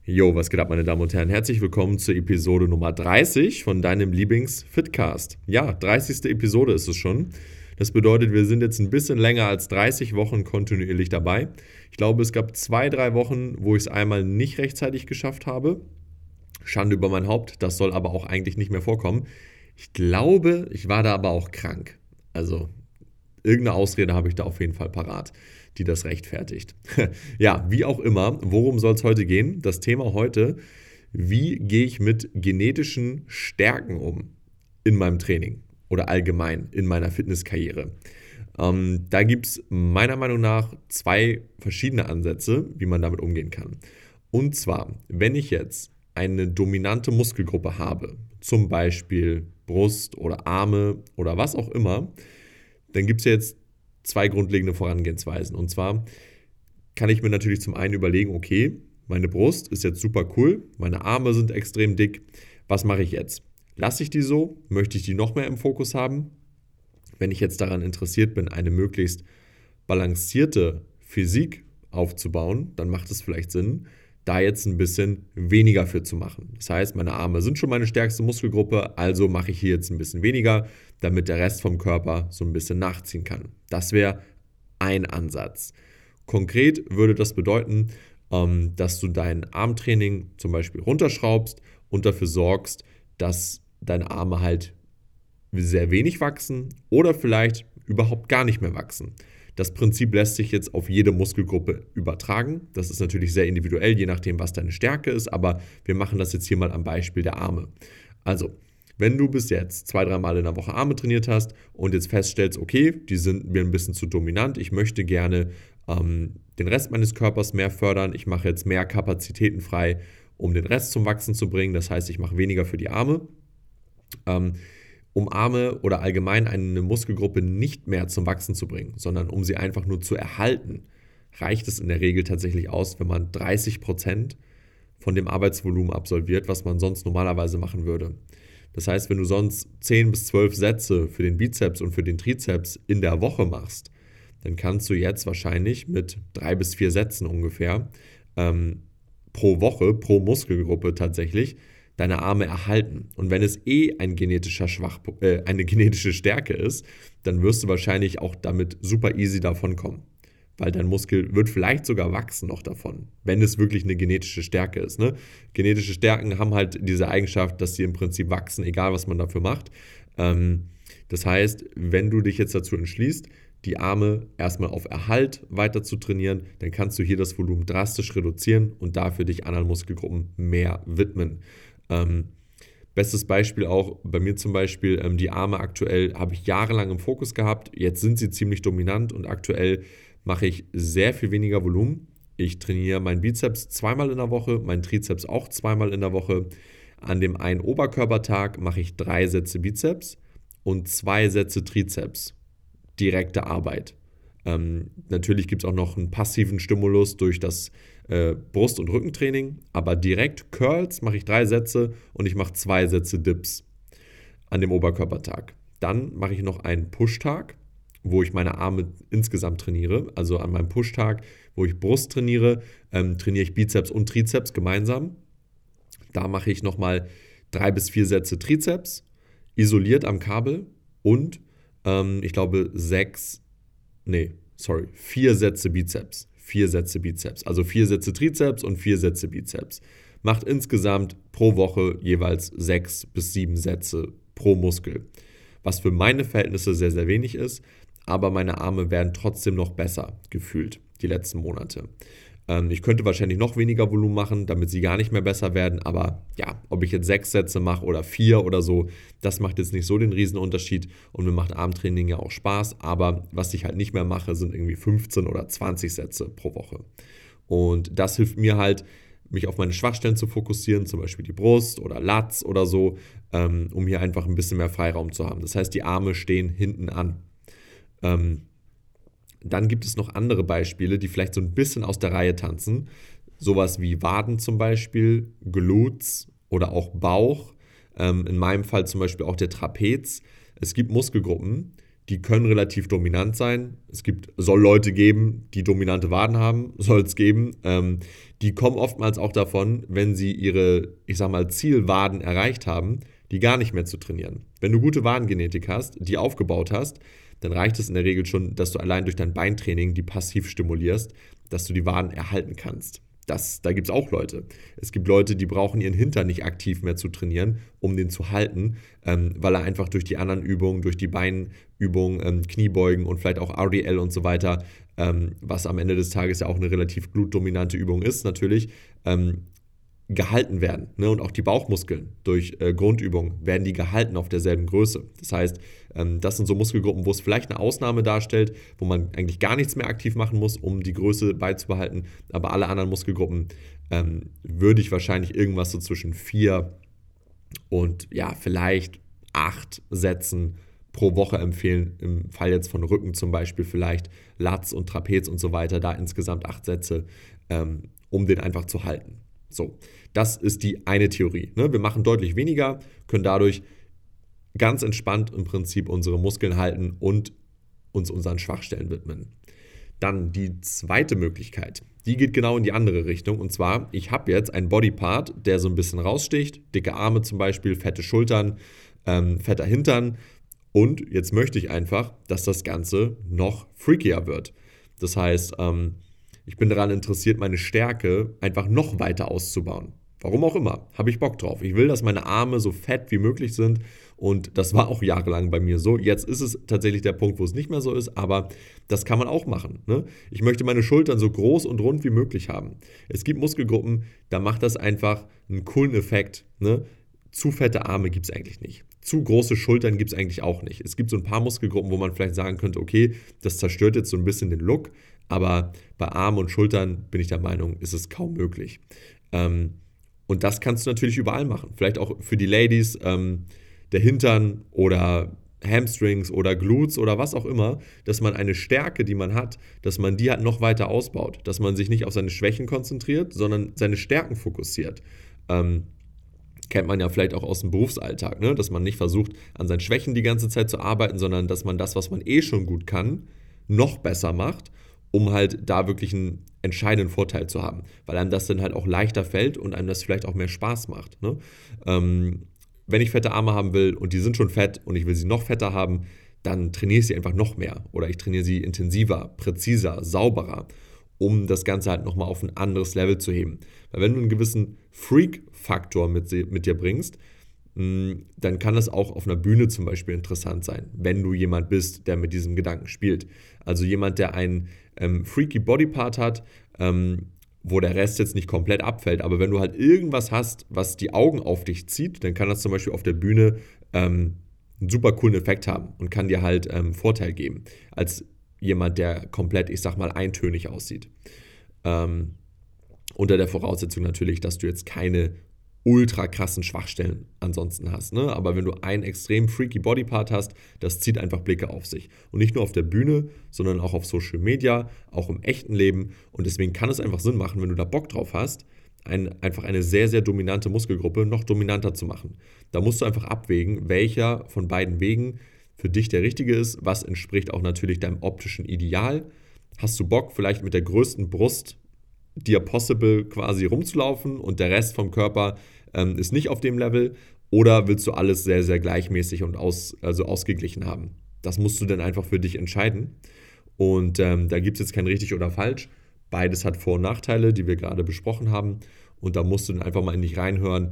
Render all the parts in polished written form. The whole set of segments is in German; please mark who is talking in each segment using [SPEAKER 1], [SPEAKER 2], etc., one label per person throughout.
[SPEAKER 1] Jo, was geht ab, meine Damen und Herren? Herzlich willkommen zur Episode Nummer 30 von deinem Lieblings-Fitcast. Ja, 30. Episode ist es schon. Das bedeutet, wir sind jetzt ein bisschen länger als 30 Wochen kontinuierlich dabei. Ich glaube, es gab 2, 3 Wochen, wo ich es einmal nicht rechtzeitig geschafft habe. Schande über mein Haupt, das soll aber auch eigentlich nicht mehr vorkommen. Ich glaube, ich war da aber auch krank. Also irgendeine Ausrede habe ich da auf jeden Fall parat, die das rechtfertigt. Ja, wie auch immer, worum soll es heute gehen? Das Thema heute: Wie gehe ich mit genetischen Stärken um in meinem Training oder allgemein in meiner Fitnesskarriere? Da gibt es meiner Meinung nach 2 verschiedene Ansätze, wie man damit umgehen kann. Und zwar, wenn ich jetzt eine dominante Muskelgruppe habe, zum Beispiel Brust oder Arme oder was auch immer, dann gibt es jetzt 2 grundlegende Vorangehensweisen. Und zwar kann ich mir natürlich zum einen überlegen, okay, meine Brust ist jetzt super cool, meine Arme sind extrem dick, was mache ich jetzt? Lasse ich die so? Möchte ich die noch mehr im Fokus haben? Wenn ich jetzt daran interessiert bin, eine möglichst balancierte Physik aufzubauen, dann macht es vielleicht Sinn, da jetzt ein bisschen weniger für zu machen. Das heißt, meine Arme sind schon meine stärkste Muskelgruppe, also mache ich hier jetzt ein bisschen weniger, damit der Rest vom Körper so ein bisschen nachziehen kann. Das wäre ein Ansatz. Konkret würde das bedeuten, dass du dein Armtraining zum Beispiel runterschraubst und dafür sorgst, dass deine Arme halt sehr wenig wachsen oder vielleicht überhaupt gar nicht mehr wachsen. Das Prinzip lässt sich jetzt auf jede Muskelgruppe übertragen. Das ist natürlich sehr individuell, je nachdem, was deine Stärke ist, aber wir machen das jetzt hier mal am Beispiel der Arme. Also, wenn du bis jetzt 2, 3 Mal in der Woche Arme trainiert hast und jetzt feststellst, okay, die sind mir ein bisschen zu dominant, ich möchte gerne den Rest meines Körpers mehr fördern, ich mache jetzt mehr Kapazitäten frei, um den Rest zum Wachsen zu bringen, das heißt, ich mache weniger für die Arme. Um Arme oder allgemein eine Muskelgruppe nicht mehr zum Wachsen zu bringen, sondern um sie einfach nur zu erhalten, reicht es in der Regel tatsächlich aus, wenn man 30% von dem Arbeitsvolumen absolviert, was man sonst normalerweise machen würde. Das heißt, wenn du sonst 10 bis 12 Sätze für den Bizeps und für den Trizeps in der Woche machst, dann kannst du jetzt wahrscheinlich mit 3 bis 4 Sätzen ungefähr pro Woche, pro Muskelgruppe tatsächlich, deine Arme erhalten. Und wenn es eine genetische Stärke ist, dann wirst du wahrscheinlich auch damit super easy davon kommen. Weil dein Muskel wird vielleicht sogar wachsen noch davon, wenn es wirklich eine genetische Stärke ist. Ne? Genetische Stärken haben halt diese Eigenschaft, dass sie im Prinzip wachsen, egal was man dafür macht. Das heißt, wenn du dich jetzt dazu entschließt, die Arme erstmal auf Erhalt weiter zu trainieren, dann kannst du hier das Volumen drastisch reduzieren und dafür dich anderen Muskelgruppen mehr widmen. Bestes Beispiel auch bei mir zum Beispiel, die Arme aktuell habe ich jahrelang im Fokus gehabt, jetzt sind sie ziemlich dominant und aktuell mache ich sehr viel weniger Volumen. Ich trainiere meinen Bizeps 2-mal in der Woche, meinen Trizeps auch 2-mal in der Woche. An dem einen Oberkörpertag mache ich 3 Sätze Bizeps und 2 Sätze Trizeps. Direkte Arbeit. Natürlich gibt es auch noch einen passiven Stimulus durch das Brust- und Rückentraining, aber direkt Curls mache ich 3 Sätze und ich mache 2 Sätze Dips an dem Oberkörpertag. Dann mache ich noch einen Pushtag, wo ich meine Arme insgesamt trainiere. Also an meinem Pushtag, wo ich Brust trainiere, trainiere ich Bizeps und Trizeps gemeinsam. Da mache ich nochmal 3 bis 4 Sätze Trizeps, isoliert am Kabel und ich glaube 4 Sätze Bizeps. 4 Sätze Bizeps. Also 4 Sätze Trizeps und 4 Sätze Bizeps. Macht insgesamt pro Woche jeweils 6 bis 7 Sätze pro Muskel. Was für meine Verhältnisse sehr, sehr wenig ist, aber meine Arme werden trotzdem noch besser gefühlt die letzten Monate. Ich könnte wahrscheinlich noch weniger Volumen machen, damit sie gar nicht mehr besser werden, aber ja, ob ich jetzt 6 Sätze mache oder 4 oder so, das macht jetzt nicht so den Riesenunterschied und mir macht Armtraining ja auch Spaß, aber was ich halt nicht mehr mache, sind irgendwie 15 oder 20 Sätze pro Woche. Und das hilft mir halt, mich auf meine Schwachstellen zu fokussieren, zum Beispiel die Brust oder Lats oder so, um hier einfach ein bisschen mehr Freiraum zu haben. Das heißt, die Arme stehen hinten an. Dann gibt es noch andere Beispiele, die vielleicht so ein bisschen aus der Reihe tanzen. Sowas wie Waden zum Beispiel, Glutes oder auch Bauch. In meinem Fall zum Beispiel auch der Trapez. Es gibt Muskelgruppen, die können relativ dominant sein. Soll Leute geben, die dominante Waden haben, soll es geben. Die kommen oftmals auch davon, wenn sie ihre, ich sag mal, Zielwaden erreicht haben, die gar nicht mehr zu trainieren. Wenn du gute Wadengenetik hast, die aufgebaut hast, dann reicht es in der Regel schon, dass du allein durch dein Beintraining die passiv stimulierst, dass du die Waden erhalten kannst. Da gibt es auch Leute. Es gibt Leute, die brauchen ihren Hintern nicht aktiv mehr zu trainieren, um den zu halten, weil er einfach durch die anderen Übungen, durch die Beinübungen, Kniebeugen und vielleicht auch RDL und so weiter, was am Ende des Tages ja auch eine relativ glutdominante Übung ist natürlich, gehalten werden. Ne? Und auch die Bauchmuskeln durch Grundübungen werden die gehalten auf derselben Größe. Das heißt, das sind so Muskelgruppen, wo es vielleicht eine Ausnahme darstellt, wo man eigentlich gar nichts mehr aktiv machen muss, um die Größe beizubehalten. Aber alle anderen Muskelgruppen würde ich wahrscheinlich irgendwas so zwischen 4 und ja, vielleicht 8 Sätzen pro Woche empfehlen. Im Fall jetzt von Rücken zum Beispiel vielleicht Latz und Trapez und so weiter, da insgesamt 8 Sätze, um den einfach zu halten. So, das ist die eine Theorie. Ne? Wir machen deutlich weniger, können dadurch ganz entspannt im Prinzip unsere Muskeln halten und uns unseren Schwachstellen widmen. Dann die zweite Möglichkeit, die geht genau in die andere Richtung. Und zwar, ich habe jetzt einen Bodypart, der so ein bisschen raussticht, dicke Arme zum Beispiel, fette Schultern, fetter Hintern. Und jetzt möchte ich einfach, dass das Ganze noch freakier wird. Das heißt, ich bin daran interessiert, meine Stärke einfach noch weiter auszubauen. Warum auch immer, habe ich Bock drauf. Ich will, dass meine Arme so fett wie möglich sind und das war auch jahrelang bei mir so. Jetzt ist es tatsächlich der Punkt, wo es nicht mehr so ist, aber das kann man auch machen. Ne? Ich möchte meine Schultern so groß und rund wie möglich haben. Es gibt Muskelgruppen, da macht das einfach einen coolen Effekt. Ne? Zu fette Arme gibt es eigentlich nicht. Zu große Schultern gibt es eigentlich auch nicht. Es gibt so ein paar Muskelgruppen, wo man vielleicht sagen könnte, okay, das zerstört jetzt so ein bisschen den Look, aber bei Armen und Schultern bin ich der Meinung, ist es kaum möglich. Und das kannst du natürlich überall machen. Vielleicht auch für die Ladies, der Hintern oder Hamstrings oder Glutes oder was auch immer, dass man eine Stärke, die man hat, dass man die halt noch weiter ausbaut. Dass man sich nicht auf seine Schwächen konzentriert, sondern seine Stärken fokussiert. Kennt man ja vielleicht auch aus dem Berufsalltag, ne? Dass man nicht versucht, an seinen Schwächen die ganze Zeit zu arbeiten, sondern dass man das, was man eh schon gut kann, noch besser macht, um halt da wirklich einen entscheidenden Vorteil zu haben, weil einem das dann halt auch leichter fällt und einem das vielleicht auch mehr Spaß macht. Ne? Wenn ich fette Arme haben will und die sind schon fett und ich will sie noch fetter haben, dann trainiere ich sie einfach noch mehr oder ich trainiere sie intensiver, präziser, sauberer, um das Ganze halt nochmal auf ein anderes Level zu heben. Weil wenn du einen gewissen Freak-Faktor mit dir bringst, dann kann das auch auf einer Bühne zum Beispiel interessant sein, wenn du jemand bist, der mit diesem Gedanken spielt. Also jemand, der einen freaky Bodypart hat, wo der Rest jetzt nicht komplett abfällt, aber wenn du halt irgendwas hast, was die Augen auf dich zieht, dann kann das zum Beispiel auf der Bühne einen super coolen Effekt haben und kann dir halt Vorteil geben, als jemand, der komplett, ich sag mal, eintönig aussieht. Unter der Voraussetzung natürlich, dass du jetzt keine ultra krassen Schwachstellen ansonsten hast. Ne? Aber wenn du einen extrem freaky Bodypart hast, das zieht einfach Blicke auf sich. Und nicht nur auf der Bühne, sondern auch auf Social Media, auch im echten Leben. Und deswegen kann es einfach Sinn machen, wenn du da Bock drauf hast, einfach eine sehr, sehr dominante Muskelgruppe noch dominanter zu machen. Da musst du einfach abwägen, welcher von beiden Wegen für dich der richtige ist, was entspricht auch natürlich deinem optischen Ideal. Hast du Bock, vielleicht mit der größten Brust dir possible quasi rumzulaufen und der Rest vom Körper ist nicht auf dem Level, oder willst du alles sehr, sehr gleichmäßig und ausgeglichen haben? Das musst du dann einfach für dich entscheiden. Und da gibt es jetzt kein richtig oder falsch. Beides hat Vor- und Nachteile, die wir gerade besprochen haben. Und da musst du dann einfach mal in dich reinhören.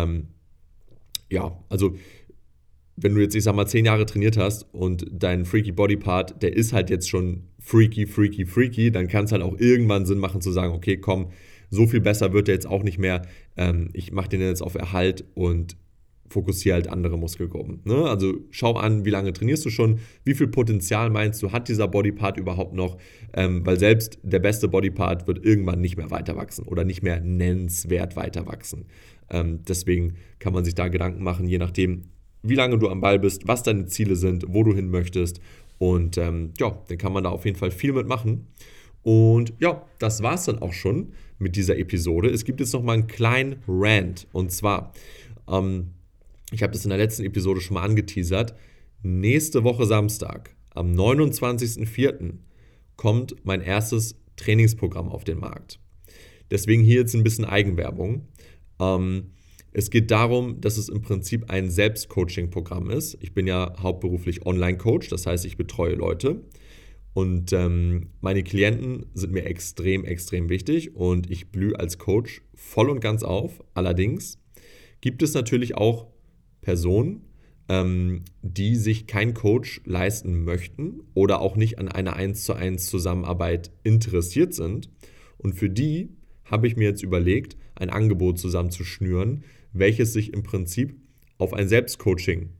[SPEAKER 1] Also wenn du jetzt, ich sag mal, 10 Jahre trainiert hast und dein Freaky Body Part, der ist halt jetzt schon freaky, dann kann es halt auch irgendwann Sinn machen zu sagen, okay, komm, so viel besser wird der jetzt auch nicht mehr. Ich mache den jetzt auf Erhalt und fokussiere halt andere Muskelgruppen. Ne? Also schau an, wie lange trainierst du schon, wie viel Potenzial meinst du, hat dieser Bodypart überhaupt noch, weil selbst der beste Bodypart wird irgendwann nicht mehr weiter wachsen oder nicht mehr nennenswert weiter wachsen. Deswegen kann man sich da Gedanken machen, je nachdem, wie lange du am Ball bist, was deine Ziele sind, wo du hin möchtest. Und dann kann man da auf jeden Fall viel mitmachen. Und ja, das war es dann auch schon mit dieser Episode. Es gibt jetzt noch mal einen kleinen Rant. Und zwar, ich habe das in der letzten Episode schon mal angeteasert, nächste Woche Samstag, am 29.04. kommt mein erstes Trainingsprogramm auf den Markt. Deswegen hier jetzt ein bisschen Eigenwerbung. Es geht darum, dass es im Prinzip ein Selbstcoaching-Programm ist. Ich bin ja hauptberuflich Online-Coach, das heißt, ich betreue Leute. Und meine Klienten sind mir extrem, extrem wichtig und ich blühe als Coach voll und ganz auf. Allerdings gibt es natürlich auch Personen, die sich keinen Coach leisten möchten oder auch nicht an einer 1:1 Zusammenarbeit interessiert sind. Und für die habe ich mir jetzt überlegt, ein Angebot zusammenzuschnüren, welches sich im Prinzip auf ein Selbstcoaching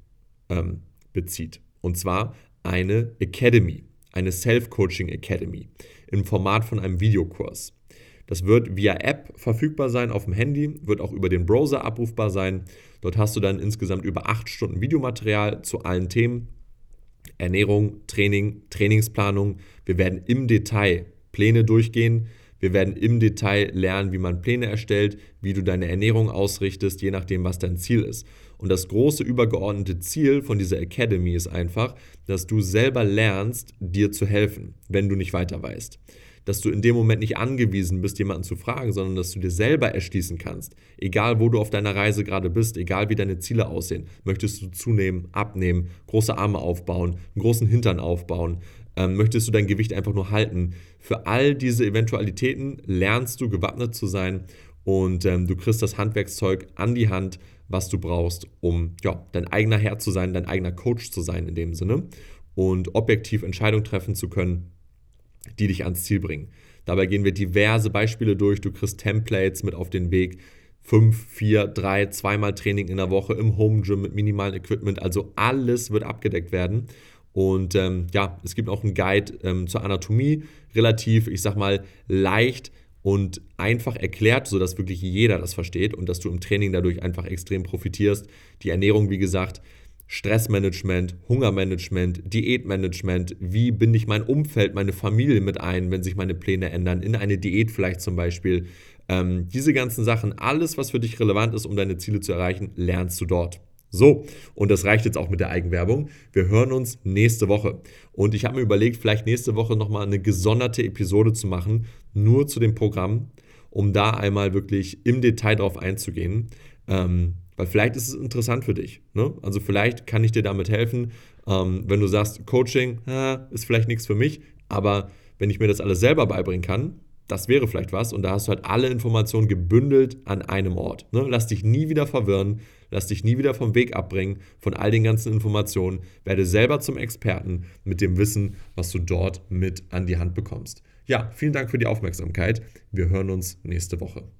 [SPEAKER 1] bezieht. Und zwar eine Academy. Eine Self-Coaching Academy im Format von einem Videokurs. Das wird via App verfügbar sein auf dem Handy, wird auch über den Browser abrufbar sein. Dort hast du dann insgesamt über 8 Stunden Videomaterial zu allen Themen. Ernährung, Training, Trainingsplanung. Wir werden im Detail Pläne durchgehen. Wir werden im Detail lernen, wie man Pläne erstellt, wie du deine Ernährung ausrichtest, je nachdem, was dein Ziel ist. Und das große übergeordnete Ziel von dieser Academy ist einfach, dass du selber lernst, dir zu helfen, wenn du nicht weiter weißt. Dass du in dem Moment nicht angewiesen bist, jemanden zu fragen, sondern dass du dir selber erschließen kannst. Egal, wo du auf deiner Reise gerade bist, egal wie deine Ziele aussehen. Möchtest du zunehmen, abnehmen, große Arme aufbauen, einen großen Hintern aufbauen? Möchtest du dein Gewicht einfach nur halten? Für all diese Eventualitäten lernst du gewappnet zu sein und du kriegst das Handwerkszeug an die Hand, was du brauchst, um dein eigener Herr zu sein, dein eigener Coach zu sein in dem Sinne und objektiv Entscheidungen treffen zu können, die dich ans Ziel bringen. Dabei gehen wir diverse Beispiele durch, du kriegst Templates mit auf den Weg, 5, 4, 3, zweimal Training in der Woche im Home Gym mit minimalem Equipment, also alles wird abgedeckt werden. Und es gibt auch einen Guide zur Anatomie, relativ, ich sag mal, leicht und einfach erklärt, sodass wirklich jeder das versteht und dass du im Training dadurch einfach extrem profitierst. Die Ernährung, wie gesagt, Stressmanagement, Hungermanagement, Diätmanagement, wie binde ich mein Umfeld, meine Familie mit ein, wenn sich meine Pläne ändern, in eine Diät vielleicht zum Beispiel. Diese ganzen Sachen, alles, was für dich relevant ist, um deine Ziele zu erreichen, lernst du dort. So, und das reicht jetzt auch mit der Eigenwerbung. Wir hören uns nächste Woche. Und ich habe mir überlegt, vielleicht nächste Woche nochmal eine gesonderte Episode zu machen, nur zu dem Programm, um da einmal wirklich im Detail drauf einzugehen. Weil vielleicht ist es interessant für dich. Ne? Also vielleicht kann ich dir damit helfen, wenn du sagst, Coaching ist vielleicht nichts für mich, aber wenn ich mir das alles selber beibringen kann, das wäre vielleicht was und da hast du halt alle Informationen gebündelt an einem Ort. Ne? Lass dich nie wieder verwirren, lass dich nie wieder vom Weg abbringen von all den ganzen Informationen. Werde selber zum Experten mit dem Wissen, was du dort mit an die Hand bekommst. Ja, vielen Dank für die Aufmerksamkeit. Wir hören uns nächste Woche.